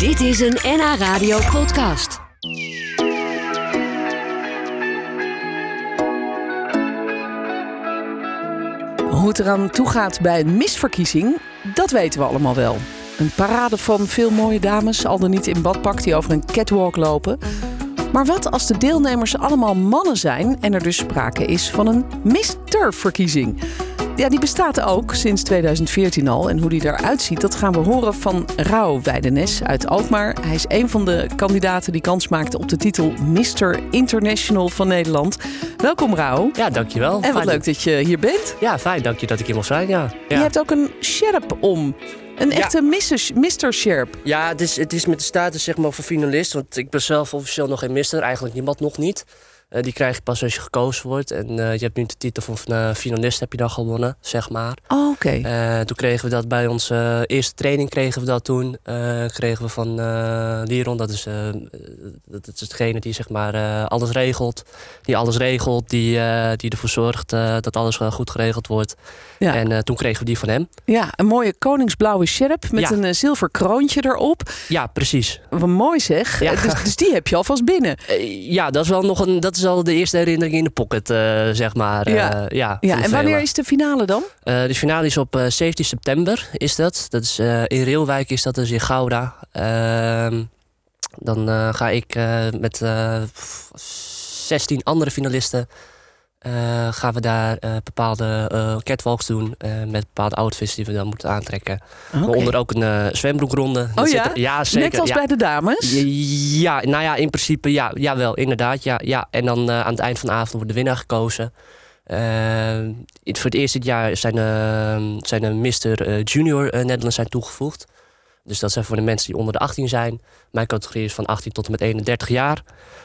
Dit is een NH Radio podcast. Hoe het eraan toe gaat bij een misverkiezing, dat weten we allemaal wel. Een parade van veel mooie dames, al dan niet in badpak, die over een catwalk lopen. Maar wat als de deelnemers allemaal mannen zijn en er dus sprake is van een Mr.-verkiezing? Ja, die bestaat ook sinds 2014 al. En hoe die eruit ziet, dat gaan we horen van Rauw Weidenes uit Alkmaar. Hij is een van de kandidaten die kans maakte op de titel Mr. International van Nederland. Welkom Rauw. Ja, dankjewel. En wat leuk dat je hier bent. Ja, fijn. Dank je dat ik hier mag zijn, ja. Je hebt ook een sjerp om. Een echte Mr. Sjerp. Ja, het is met de status zeg maar voor finalist. Want ik ben zelf officieel nog geen mister. Eigenlijk niemand nog niet. Die krijg je pas als je gekozen wordt. En je hebt nu de titel van finalist heb je dan gewonnen, zeg maar. Oh, oké. Toen kregen we dat bij onze eerste training kregen we dat toen. Kregen we van Liron, dat is degene die zeg maar alles regelt. Die ervoor zorgt dat alles goed geregeld wordt. Ja. En toen kregen we die van hem. Ja, een mooie koningsblauwe sjerp met een zilver kroontje erop. Ja, precies. Wat mooi zeg. Ja. Dus die heb je alvast binnen. Ja, dat is wel dat is al de eerste herinnering in de pocket, zeg maar. Ja, en wanneer is de finale dan? De finale is op 17 september, is dat. Dat is in Reelwijk, is dat dus in Gouda. Dan ga ik met 16 andere finalisten gaan we daar bepaalde catwalks doen met bepaalde outfits die we dan moeten aantrekken. Okay. Waaronder ook een zwembroekronde. Oh ja? Ja, zeker. Net als bij de dames? Ja, nou ja, in principe jawel, inderdaad. Ja. En dan aan het eind van de avond wordt de winnaar gekozen. Voor het eerste jaar zijn er Mr. Junior Nederland zijn toegevoegd. Dus dat zijn voor de mensen die onder de 18 zijn. Mijn categorie is van 18 tot en met 31 jaar.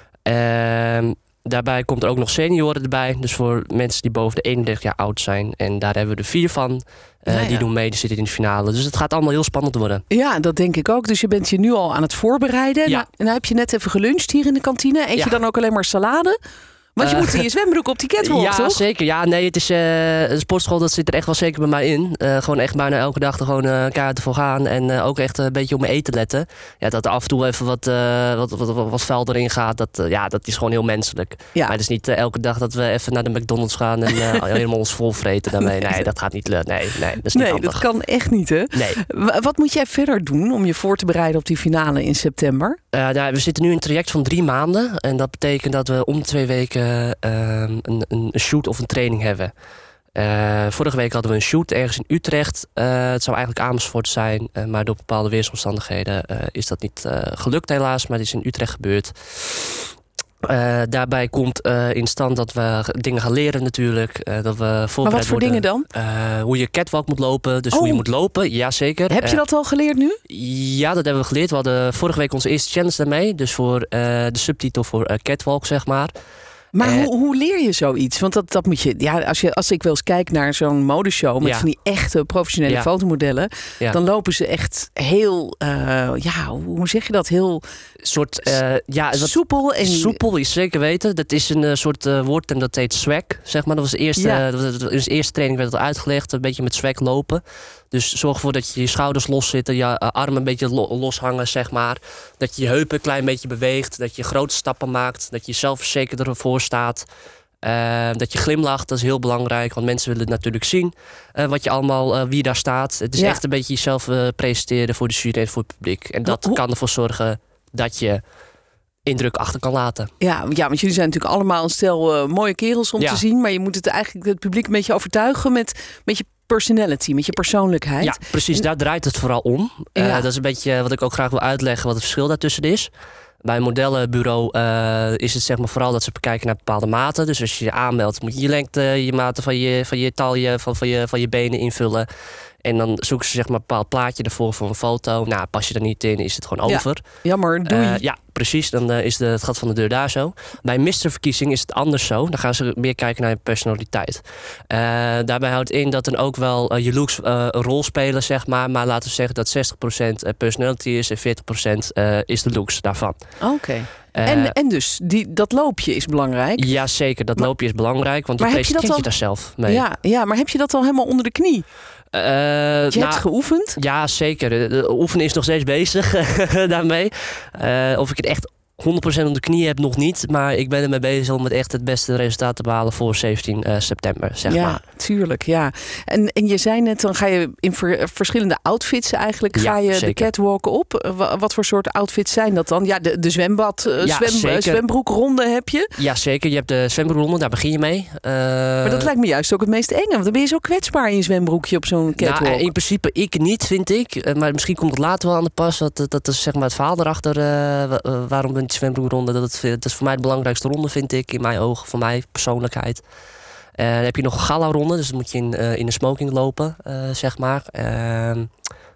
Daarbij komt er ook nog senioren erbij. Dus voor mensen die boven de 31 jaar oud zijn. En daar hebben we er 4 van. Die doen mee, die zitten in de finale. Dus het gaat allemaal heel spannend worden. Ja, dat denk ik ook. Dus je bent je nu al aan het voorbereiden. Ja. Nou heb je net even geluncht hier in de kantine. Eet je dan ook alleen maar salade? Want je moet in je zwembroek op die catwalk, ja, toch? Zeker. Ja, nee, het is de sportschool, dat zit er echt wel zeker bij mij in. Gewoon echt bijna elke dag er gewoon kaarten voor gaan. En ook echt een beetje op mijn eten letten. Ja, dat er af en toe even wat vuil erin gaat, dat is gewoon heel menselijk. Ja. Maar het is niet elke dag dat we even naar de McDonald's gaan en helemaal ons vol vreten daarmee. Nee, dat gaat niet lukken. Nee, dat is niet handig. Dat kan echt niet, hè? Nee. Wat moet jij verder doen om je voor te bereiden op die finale in september? We zitten nu in een traject van 3 maanden. En dat betekent dat we om 2 weken een shoot of een training hebben. Vorige week hadden we een shoot ergens in Utrecht. Het zou eigenlijk Amersfoort zijn, maar door bepaalde weersomstandigheden is dat niet gelukt helaas, maar het is in Utrecht gebeurd. Daarbij komt in stand dat we dingen gaan leren natuurlijk. Dat we voorbereid maar wat voor worden, dingen dan? Hoe je catwalk moet lopen, dus hoe je moet lopen. Ja, zeker. Heb je dat al geleerd nu? Ja, dat hebben we geleerd. We hadden vorige week onze eerste challenge daarmee. Dus voor de subtitel voor catwalk, zeg maar. Maar hoe leer je zoiets? Want dat moet je. Ja, als ik wel eens kijk naar zo'n modeshow met van die echte professionele fotomodellen, dan lopen ze echt heel, hoe zeg je dat? Heel soort soepel en soepel is zeker weten. Dat is een soort woord en dat heet swag, zeg maar. Dat was de eerste training werd dat uitgelegd, een beetje met swag lopen. Dus zorg ervoor dat je schouders los zitten, je armen een beetje los hangen, zeg maar. Dat je je heupen een klein beetje beweegt, dat je grote stappen maakt, dat je zelfverzekerd ervoor staat. Dat je glimlacht, dat is heel belangrijk, want mensen willen natuurlijk zien wat je allemaal, wie daar staat. Het is echt een beetje jezelf presenteren voor de jury en voor het publiek. En dat kan ervoor zorgen dat je indruk achter kan laten. Ja, want jullie zijn natuurlijk allemaal een stel mooie kerels om te zien, maar je moet het publiek een beetje overtuigen met je personality, met je persoonlijkheid. Ja, precies. Daar draait het vooral om. Dat is een beetje wat ik ook graag wil uitleggen, wat het verschil daartussen is. Bij een modellenbureau is het zeg maar vooral dat ze bekijken naar bepaalde maten. Dus als je je aanmeldt, moet je je lengte, je maten van je taille, van je benen invullen. En dan zoeken ze zeg maar een bepaald plaatje ervoor voor een foto. Nou, pas je er niet in, is het gewoon over. Jammer, doei. Ja, precies. Dan is het gat van de deur daar zo. Bij een Mr.-verkiezing is het anders zo. Dan gaan ze meer kijken naar je personaliteit. Daarbij houdt in dat dan ook wel je looks een rol spelen, zeg maar. Maar laten we zeggen dat 60% personality is en 40% is de looks daarvan. Oké. En dus, dat loopje is belangrijk? Ja, zeker. Dat loopje is belangrijk, want je presenteert je daar zelf mee. Ja, maar heb je dat al helemaal onder de knie? Je hebt geoefend? Ja, zeker. De oefenen is nog steeds bezig daarmee. Of ik het echt 100% om de knie heb, nog niet. Maar ik ben ermee bezig om het echt het beste resultaat te behalen voor 17 september, zeg maar. Ja, tuurlijk, ja. En je zei net, dan ga je in verschillende outfits eigenlijk ga je de catwalk op. Wat voor soort outfits zijn dat dan? Ja, de zwembroekronde heb je. Ja, zeker. Je hebt de zwembroekronde, daar begin je mee. Maar dat lijkt me juist ook het meest enge. Want dan ben je zo kwetsbaar in je zwembroekje op zo'n catwalk. Nou, in principe ik niet, vind ik. Maar misschien komt het later wel aan de pas. Dat is zeg maar het verhaal erachter. Waarom ben die zwembroekronde? Dat is voor mij de belangrijkste ronde, vind ik. In mijn ogen, voor mij, persoonlijkheid. Dan heb je nog een gala-ronde. Dus dan moet je in een smoking lopen, zeg maar. En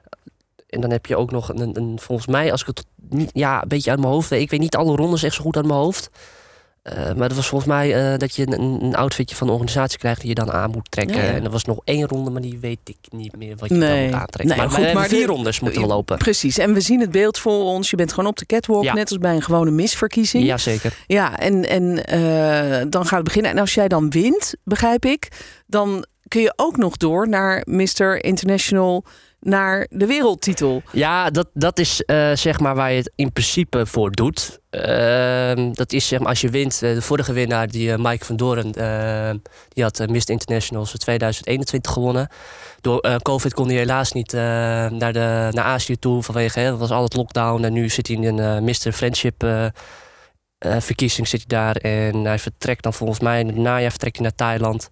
dan heb je ook nog volgens mij, als ik het niet, een beetje uit mijn hoofd weet. Ik weet niet alle rondes echt zo goed uit mijn hoofd. Maar dat was volgens mij dat je een outfitje van de organisatie krijgt die je dan aan moet trekken. Ja. En er was nog 1 ronde, maar die weet ik niet meer wat je dan moet aantrekken. Maar 4 rondes moeten we lopen. Precies, en we zien het beeld voor ons. Je bent gewoon op de catwalk, net als bij een gewone misverkiezing. Ja, zeker. Ja, en dan gaat het beginnen. En als jij dan wint, begrijp ik, dan kun je ook nog door naar Mr. International, naar de wereldtitel. Ja, dat is zeg maar waar je het in principe voor doet. Dat is zeg maar als je wint. De vorige winnaar, die Mike van Doren, die had Mr. Internationals 2021 gewonnen. Door COVID kon hij helaas niet naar Azië toe vanwege, dat was altijd lockdown. En nu zit hij in een Mr. Friendship verkiezing zit hij daar. En hij vertrekt dan volgens mij in het najaar vertrekt hij naar Thailand.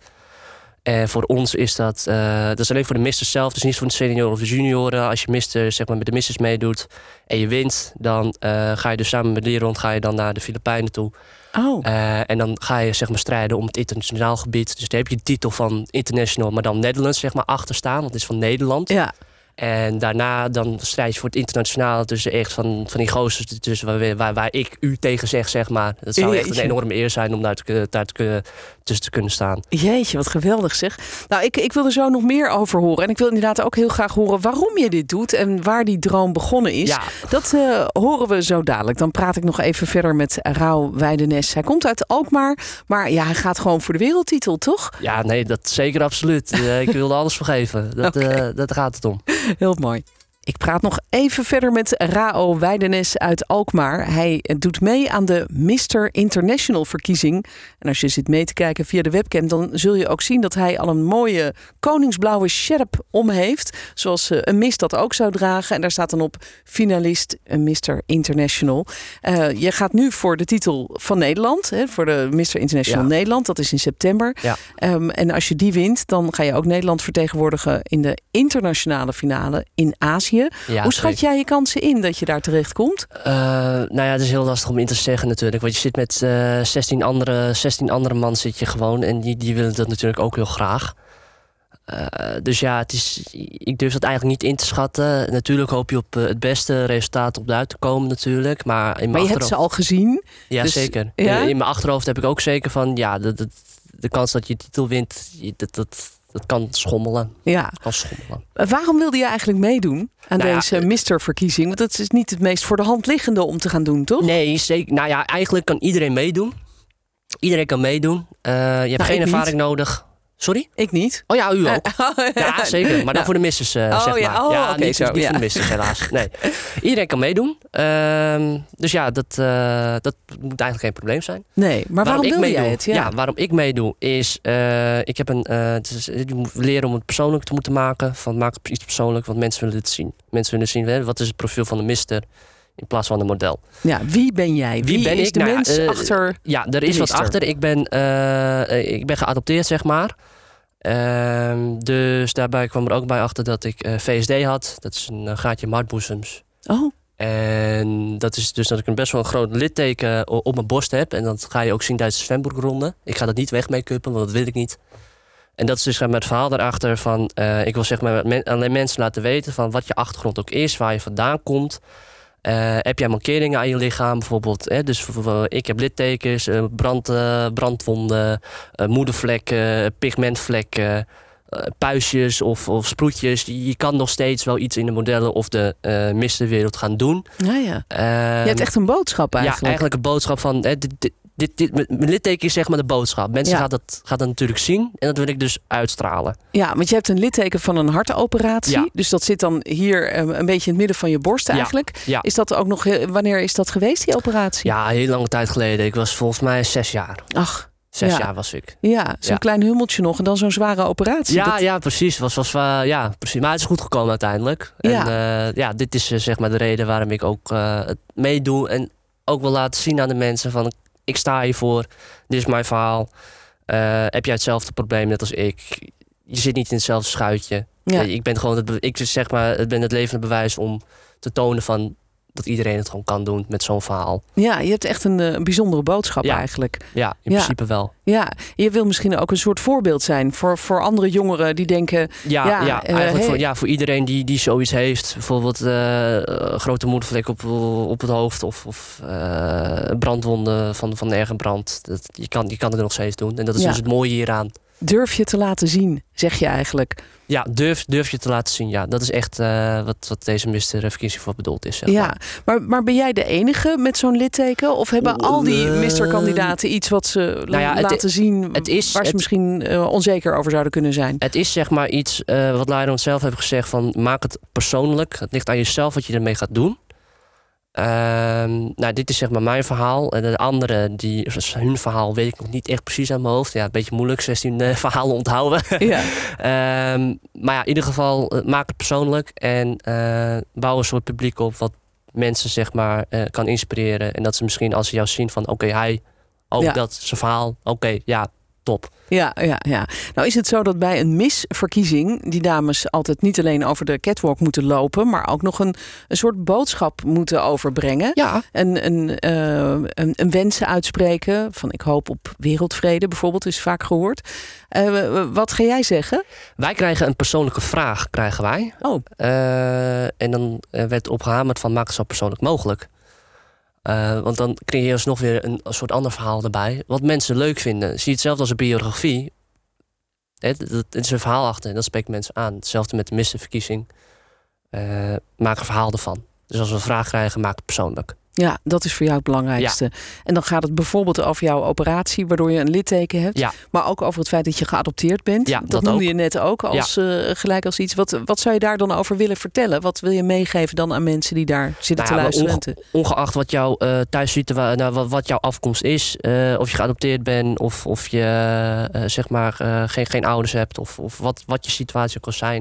En voor ons is dat is alleen voor de misters zelf, dus niet voor de senioren of de junioren. Als je mister, zeg maar, met de misters meedoet en je wint, dan ga je dus samen met Leron dan naar de Filipijnen toe. Oh. En dan ga je zeg maar strijden om het internationaal gebied. Dus dan heb je de titel van international, maar dan Netherlands zeg maar achter staan, want het is van Nederland. Ja. En daarna dan strijd je voor het internationaal tussen echt van die gozers tussen waar ik u tegen zeg maar. Dat zou echt een enorme eer zijn om daar tussen te kunnen staan. Jeetje, wat geweldig zeg. Nou, ik wil er zo nog meer over horen. En ik wil inderdaad ook heel graag horen waarom je dit doet en waar die droom begonnen is. Ja. Dat horen we zo dadelijk. Dan praat ik nog even verder met Rauw Weidenes. Hij komt uit Alkmaar, maar ja, hij gaat gewoon voor de wereldtitel, toch? Ja, nee, dat zeker absoluut. Ik wilde alles voor geven. Dat gaat het om. Heel mooi. Ik praat nog even verder met Rauw Weidenes uit Alkmaar. Hij doet mee aan de Mr. International verkiezing. En als je zit mee te kijken via de webcam, dan zul je ook zien dat hij al een mooie koningsblauwe sjerp om heeft. Zoals een Miss dat ook zou dragen. En daar staat dan op finalist Mr. International. Je gaat nu voor de titel van Nederland. Voor de Mr. International Nederland. Dat is in september. Ja. En als je die wint, dan ga je ook Nederland vertegenwoordigen in de internationale finale in Azië. Ja, hoe schat jij je kansen in dat je daar terecht komt? Nou ja, het is heel lastig om in te zeggen natuurlijk. Want je zit met 16 andere man zit je gewoon. En die willen dat natuurlijk ook heel graag. Dus ja, ik durf dat eigenlijk niet in te schatten. Natuurlijk hoop je op het beste resultaat om uit te komen natuurlijk. Maar je hebt ze al gezien? Ja, dus, zeker. Ja? In mijn achterhoofd heb ik ook zeker van, ja, de kans dat je titel wint, dat kan schommelen. Ja. Kan schommelen. Waarom wilde je eigenlijk meedoen aan deze Mister-verkiezing? Want dat is niet het meest voor de hand liggende om te gaan doen, toch? Nee, zeker. Nou ja, eigenlijk kan iedereen meedoen. Iedereen kan meedoen. Je hebt geen ervaring nodig. Sorry? Ik niet. Oh ja, u ook. Ja, zeker. Maar dan voor de missers, zeg maar. Ja, niet voor de missers, helaas. Nee. Iedereen kan meedoen. Dus ja, dat moet eigenlijk geen probleem zijn. Nee, maar waarom wil jij het? Ja, waarom ik meedoe is... ik heb je moet leren om het persoonlijk te moeten maken. Maak het iets persoonlijk, want mensen willen het zien. Mensen willen zien, wat is het profiel van de mister in plaats van een model. Ja, wie ben jij? Wie ben is de mens achter? Ja, er is wat achter. Ik ben geadopteerd, zeg maar. Dus daarbij kwam er ook bij achter dat ik VSD had. Dat is een gaatje in mijn hartboezems. Oh. En dat is dus dat ik een best wel een groot litteken op mijn borst heb. En dat ga je ook zien tijdens de zwembroekronde. Ik ga dat niet wegmake-uppen, want dat wil ik niet. En dat is dus met het verhaal daarachter van... ik wil zeg maar alleen mensen laten weten van wat je achtergrond ook is, waar je vandaan komt. Heb jij mankeringen aan je lichaam bijvoorbeeld? Dus ik heb littekens, brandwonden, moedervlekken, pigmentvlekken, puistjes of sproetjes. Je kan nog steeds wel iets in de modellen of de misterwereld gaan doen. Ja. Je hebt echt een boodschap eigenlijk. Ja, eigenlijk een boodschap van... Mijn litteken is zeg maar de boodschap. Mensen gaan dat natuurlijk zien en dat wil ik dus uitstralen. Ja, want je hebt een litteken van een hartoperatie. Ja. Dus dat zit dan hier een beetje in het midden van je borst eigenlijk. Ja. Is dat ook nog, wanneer is dat geweest, die operatie? Ja, een hele lange tijd geleden. Ik was volgens mij 6 jaar. Ach. 6 jaar was ik. Ja, zo'n klein hummeltje nog en dan zo'n zware operatie. Ja, precies. Precies. Maar het is goed gekomen uiteindelijk. Ja. En dit is zeg maar de reden waarom ik ook het meedoe. En ook wil laten zien aan de mensen van... ik sta hiervoor, dit is mijn verhaal. Heb jij hetzelfde probleem net als ik? Je zit niet in hetzelfde schuitje. Ja. Ik ben gewoon het levende bewijs om te tonen van... dat iedereen het gewoon kan doen met zo'n verhaal. Ja, je hebt echt een bijzondere boodschap eigenlijk. Ja, in principe wel. Ja, je wil misschien ook een soort voorbeeld zijn voor andere jongeren die denken... voor iedereen die zoiets heeft. Bijvoorbeeld grote moedervlek op het hoofd of brandwonden van erge brand. Je kan het nog steeds doen. En dat is dus het mooie hieraan. Durf je te laten zien, zeg je eigenlijk. Ja, durf je te laten zien. Ja, dat is echt wat deze Mister-verkiezing voor bedoeld is. Zeg maar. Maar ben jij de enige met zo'n litteken? Of hebben al die Mister-kandidaten iets wat ze laten zien... waar ze misschien onzeker over zouden kunnen zijn? Het is zeg maar iets wat Lyron zelf heeft gezegd van... maak het persoonlijk. Het ligt aan jezelf wat je ermee gaat doen. Dit is zeg maar mijn verhaal. En de andere, hun verhaal weet ik nog niet echt precies aan mijn hoofd. Ja, een beetje moeilijk, 16 verhalen onthouden. Ja. Maar in ieder geval, maak het persoonlijk. En bouw een soort publiek op wat mensen zeg maar kan inspireren. En dat ze misschien als ze jou zien van dat is zijn verhaal. Top. Ja. Nou is het zo dat bij een misverkiezing... die dames altijd niet alleen over de catwalk moeten lopen... maar ook nog een soort boodschap moeten overbrengen. Ja. Een wensen uitspreken. Van ik hoop op wereldvrede bijvoorbeeld, is vaak gehoord. Wat ga jij zeggen? Wij krijgen een persoonlijke vraag, krijgen wij. Oh. En dan werd opgehamerd van maak het zo persoonlijk mogelijk. Want dan creëer je alsnog weer een soort ander verhaal erbij. Wat mensen leuk vinden. Zie je hetzelfde als een biografie. Het is een verhaal achter en dat spreekt mensen aan. Hetzelfde met de Misterverkiezing. Maak een verhaal ervan. Dus als we een vraag krijgen, maak het persoonlijk. Ja, dat is voor jou het belangrijkste. Ja. En dan gaat het bijvoorbeeld over jouw operatie... waardoor je een litteken hebt. Ja. Maar ook over het feit dat je geadopteerd bent. Ja, dat noemde je net ook als, gelijk als iets. Wat zou je daar dan over willen vertellen? Wat wil je meegeven dan aan mensen die daar zitten te luisteren? Ongeacht wat jouw thuissituatie, wat jouw afkomst is... of je geadopteerd bent of je geen ouders hebt... of wat je situatie ook kan zijn...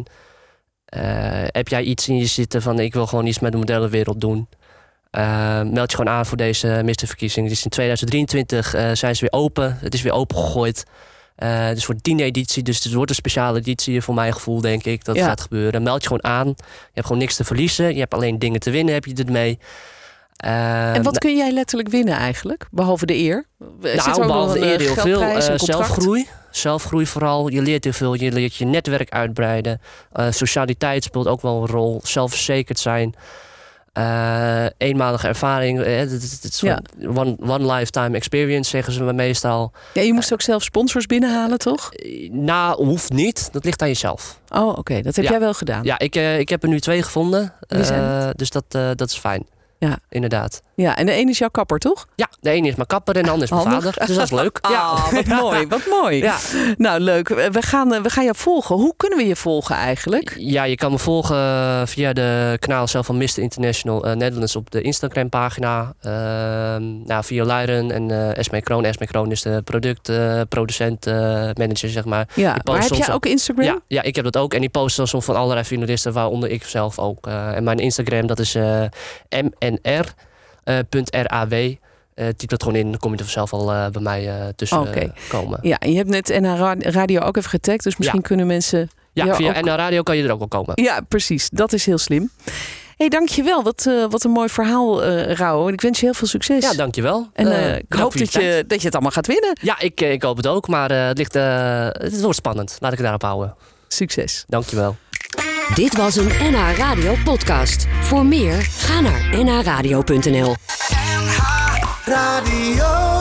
heb jij iets in je zitten van... ik wil gewoon iets met de moderne wereld doen... meld je gewoon aan voor deze Misterverkiezing. Dus in 2023 zijn ze weer open. Het is weer opengegooid. Dus voor de 10e editie. Dus het wordt een speciale editie voor mijn gevoel, denk ik. Dat gaat gebeuren. Meld je gewoon aan. Je hebt gewoon niks te verliezen. Je hebt alleen dingen te winnen, heb je ermee. En wat kun jij letterlijk winnen eigenlijk? Behalve de eer? Behalve de eer heel veel. Zelfgroei vooral. Je leert heel veel. Je leert je netwerk uitbreiden. Socialiteit speelt ook wel een rol. Zelfverzekerd zijn. Eenmalige ervaring. Het is one lifetime experience, zeggen ze me meestal. Ja, je moest ook zelf sponsors binnenhalen, toch? Hoeft niet. Dat ligt aan jezelf. Oh, oké. Dat heb jij wel gedaan. Ja, ik heb er nu 2 gevonden. Dus dat is fijn. Ja, inderdaad. Ja, en de ene is jouw kapper, toch? Ja, de ene is mijn kapper en de ander is mijn vader. Dus dat is leuk. Wat mooi, wat mooi. Ja. Nou, leuk. We gaan je volgen. Hoe kunnen we je volgen eigenlijk? Ja, je kan me volgen via de kanaal zelf van Mr. International Netherlands op de Instagram-pagina. Via Lyron en Esme Kroon. Esme Kroon is de producent, manager, zeg maar. Ja, maar heb jij ook Instagram? Ja, ik heb dat ook. En die posten soms van allerlei finalisten, waaronder ik zelf ook. En mijn Instagram, dat is mnr.raw. Typ dat gewoon in, dan kom je er vanzelf al bij mij tussen komen. Ja, en je hebt net NH Radio ook even getagd, dus misschien kunnen mensen... Ja, via NH Radio kan je er ook wel komen. Ja, precies. Dat is heel slim. Hey, dankjewel. Wat een mooi verhaal, Rauw. En ik wens je heel veel succes. Ja, dankjewel. En ik hoop dat je het allemaal gaat winnen. Ja, ik hoop het ook. Maar het wordt spannend. Laat ik het daarop houden. Succes. Dankjewel. Dit was een NH Radio podcast. Voor meer, ga naar nhradio.nl. NH Radio.